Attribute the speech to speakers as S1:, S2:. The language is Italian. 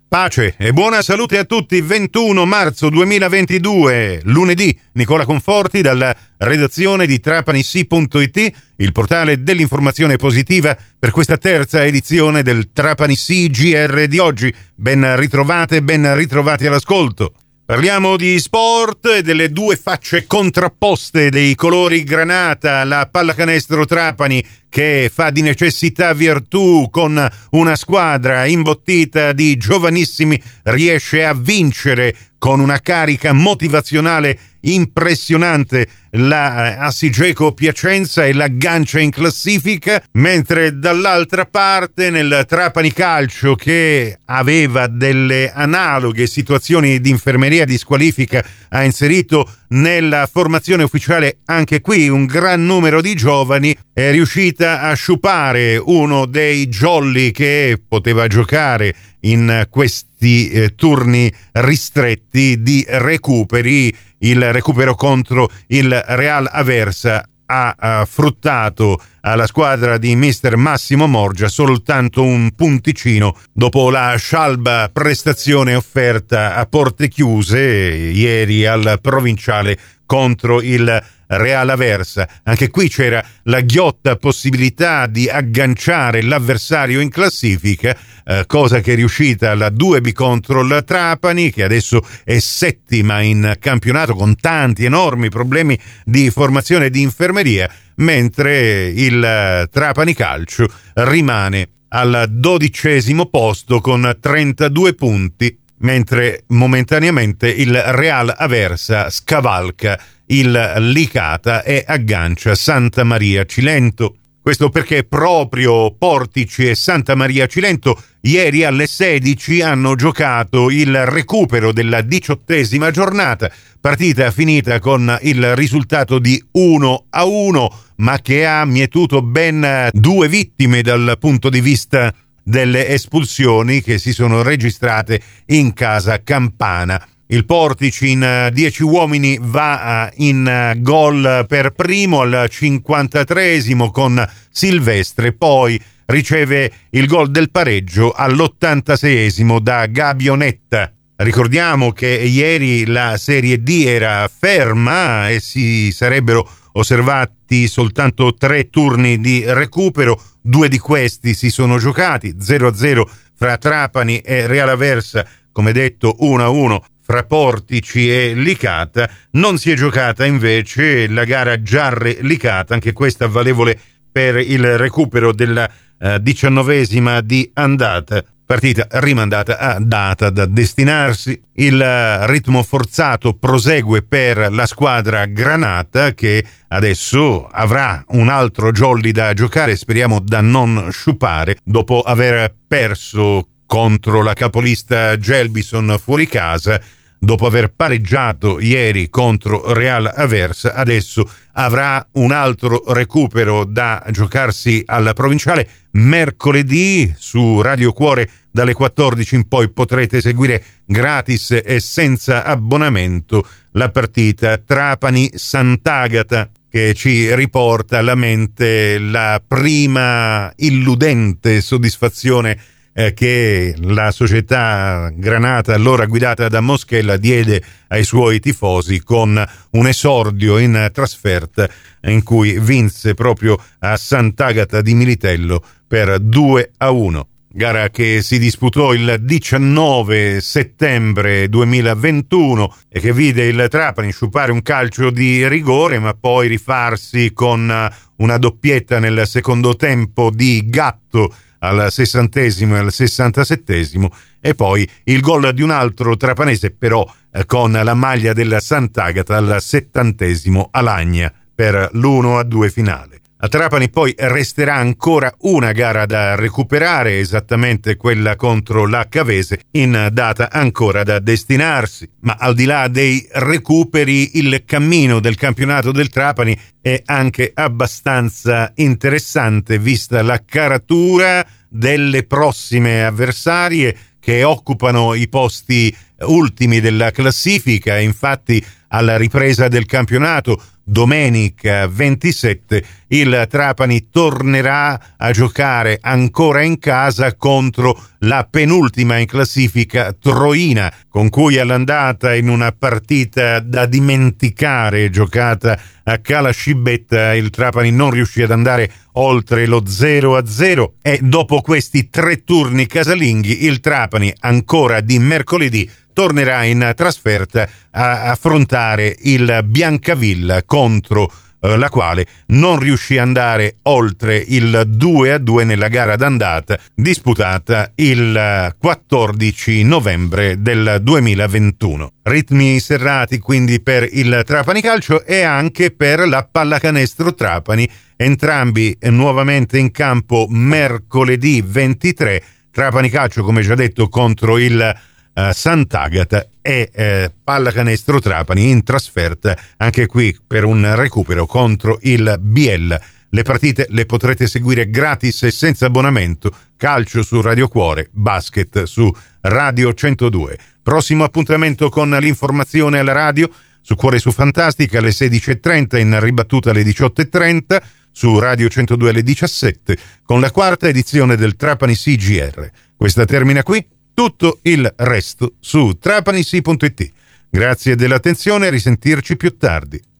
S1: Pace e buona salute a tutti. 21 marzo 2022, lunedì. Nicola Conforti dalla redazione di TrapaniSì.it, il portale dell'informazione positiva, per questa terza edizione del TrapaniSì GR di oggi. Ben ritrovate, ben ritrovati all'ascolto. Parliamo di sport e delle due facce contrapposte dei colori granata, la pallacanestro Trapani che fa di necessità virtù, con una squadra imbottita di giovanissimi riesce a vincere con una carica motivazionale impressionante la Assigeco Piacenza e l'aggancia in classifica, mentre dall'altra parte nel Trapani Calcio, che aveva delle analoghe situazioni di infermeria di squalifica, ha inserito nella formazione ufficiale anche qui un gran numero di giovani, è riuscita a sciupare uno dei jolly che poteva giocare in questi turni ristretti di recuperi. Il recupero contro il Real Aversa ha fruttato alla squadra di mister Massimo Morgia soltanto un punticino dopo la scialba prestazione offerta a porte chiuse ieri al provinciale contro il Real Aversa. Anche qui c'era la ghiotta possibilità di agganciare l'avversario in classifica, cosa che è riuscita la 2B contro il Trapani, che adesso è settima in campionato con tanti enormi problemi di formazione e di infermeria, mentre il Trapani Calcio rimane al 12° posto con 32 punti, mentre momentaneamente il Real Aversa scavalca il Licata e aggancia Santa Maria Cilento. Questo perché proprio Portici e Santa Maria Cilento ieri alle 16 hanno giocato il recupero della 18ª giornata, partita finita con il risultato di 1-1, ma che ha mietuto ben 2 vittime dal punto di vista delle espulsioni che si sono registrate in casa campana. Il Portici in 10 uomini va in gol per primo al 53esimo con Silvestre, poi riceve il gol del pareggio all'86esimo da Gabionetta. Ricordiamo che ieri la Serie D era ferma e si sarebbero osservati soltanto 3 turni di recupero. 2 di questi si sono giocati, 0-0 fra Trapani e Real Aversa, come detto 1-1 fra Portici e Licata. Non si è giocata invece la gara Giarre-Licata, anche questa valevole per il recupero della 19ª di andata, partita rimandata a data da destinarsi. Il ritmo forzato prosegue per la squadra granata, che adesso avrà un altro jolly da giocare, speriamo da non sciupare, dopo aver perso contro la capolista Gelbison fuori casa. Dopo aver pareggiato ieri contro Real Aversa, adesso avrà un altro recupero da giocarsi alla provinciale. Mercoledì su Radio Cuore dalle 14 in poi potrete seguire gratis e senza abbonamento la partita Trapani-Sant'Agata, che ci riporta alla mente la prima illudente soddisfazione che la società granata, allora guidata da Moschella, diede ai suoi tifosi con un esordio in trasferta in cui vinse proprio a Sant'Agata di Militello per 2-1. Gara che si disputò il 19 settembre 2021 e che vide il Trapani sciupare un calcio di rigore, ma poi rifarsi con una doppietta nel secondo tempo di Gatto al 60esimo e al 67esimo, e poi il gol di un altro trapanese, però con la maglia della Sant'Agata, al 70esimo Alagna per l'1-2 finale. A Trapani poi resterà ancora una gara da recuperare, esattamente quella contro la Cavese, in data ancora da destinarsi. Ma al di là dei recuperi, il cammino del campionato del Trapani è anche abbastanza interessante, vista la caratura delle prossime avversarie che occupano i posti ultimi della classifica. Infatti, alla ripresa del campionato, domenica 27, il Trapani tornerà a giocare ancora in casa contro la penultima in classifica Troina, con cui all'andata, in una partita da dimenticare giocata a Cala Scibetta, il Trapani non riuscì ad andare oltre lo 0-0 e dopo questi 3 turni casalinghi il Trapani ancora di mercoledì tornerà in trasferta a affrontare il Biancavilla, contro la quale non riuscì ad andare oltre il 2-2 nella gara d'andata disputata il 14 novembre del 2021. Ritmi serrati quindi per il Trapani Calcio e anche per la Pallacanestro Trapani, entrambi nuovamente in campo mercoledì 23. Trapani Calcio, come già detto, contro il Sant'Agata e Pallacanestro Trapani in trasferta anche qui per un recupero contro il Biella. Le partite le potrete seguire gratis e senza abbonamento. Calcio su Radio Cuore, basket su Radio 102. Prossimo appuntamento con l'informazione alla radio su Cuore su Fantastica alle 16.30, in ribattuta alle 18.30 su Radio 102 alle 17, con la quarta edizione del Trapani CGR. Questa termina qui. Tutto il resto su trapanisi.it. Grazie dell'attenzione, a risentirci più tardi.